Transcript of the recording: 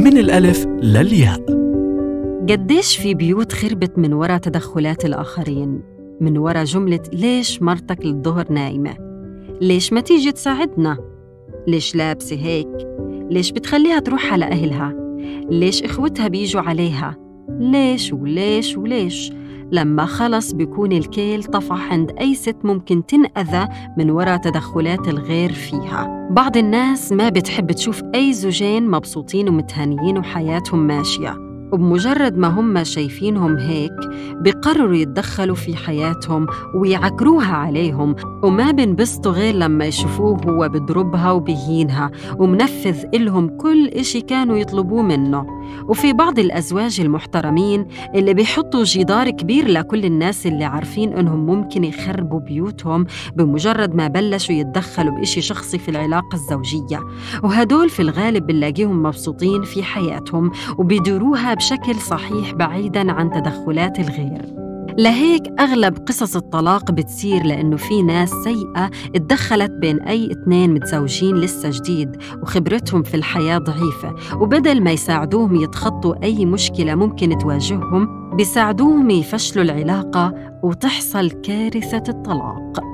من الألف للياء. قديش في بيوت خربت من وراء تدخلات الآخرين، من وراء جملة ليش مرتك للظهر نايمة؟ ليش ما تيجي تساعدنا؟ ليش لابسة هيك؟ ليش بتخليها تروح على أهلها؟ ليش إخوتها بيجوا عليها؟ ليش وليش وليش؟ لما خلص بيكون الكيل طفح عند أي ست ممكن تنأذى من وراء تدخلات الغير فيها. بعض الناس ما بتحب تشوف أي زوجين مبسوطين ومتهانيين وحياتهم ماشية، وبمجرد ما هم شايفينهم هيك بيقرروا يتدخلوا في حياتهم ويعكروها عليهم، وما بنبسطوا غير لما يشوفوه هو بضربها وبيهينها ومنفذ إلهم كل إشي كانوا يطلبوه منه. وفي بعض الأزواج المحترمين اللي بيحطوا جدار كبير لكل الناس اللي عارفين إنهم ممكن يخربوا بيوتهم بمجرد ما بلشوا يتدخلوا بإشي شخصي في العلاقة الزوجية، وهدول في الغالب بنلاقيهم مبسوطين في حياتهم وبيديروها بشكل صحيح بعيداً عن تدخلات الغير. لهيك أغلب قصص الطلاق بتصير لأنه في ناس سيئة اتدخلت بين أي اتنين متزوجين لسه جديد وخبرتهم في الحياة ضعيفة، وبدل ما يساعدوهم يتخطوا أي مشكلة ممكن تواجههم بيساعدوهم يفشلوا العلاقة وتحصل كارثة الطلاق.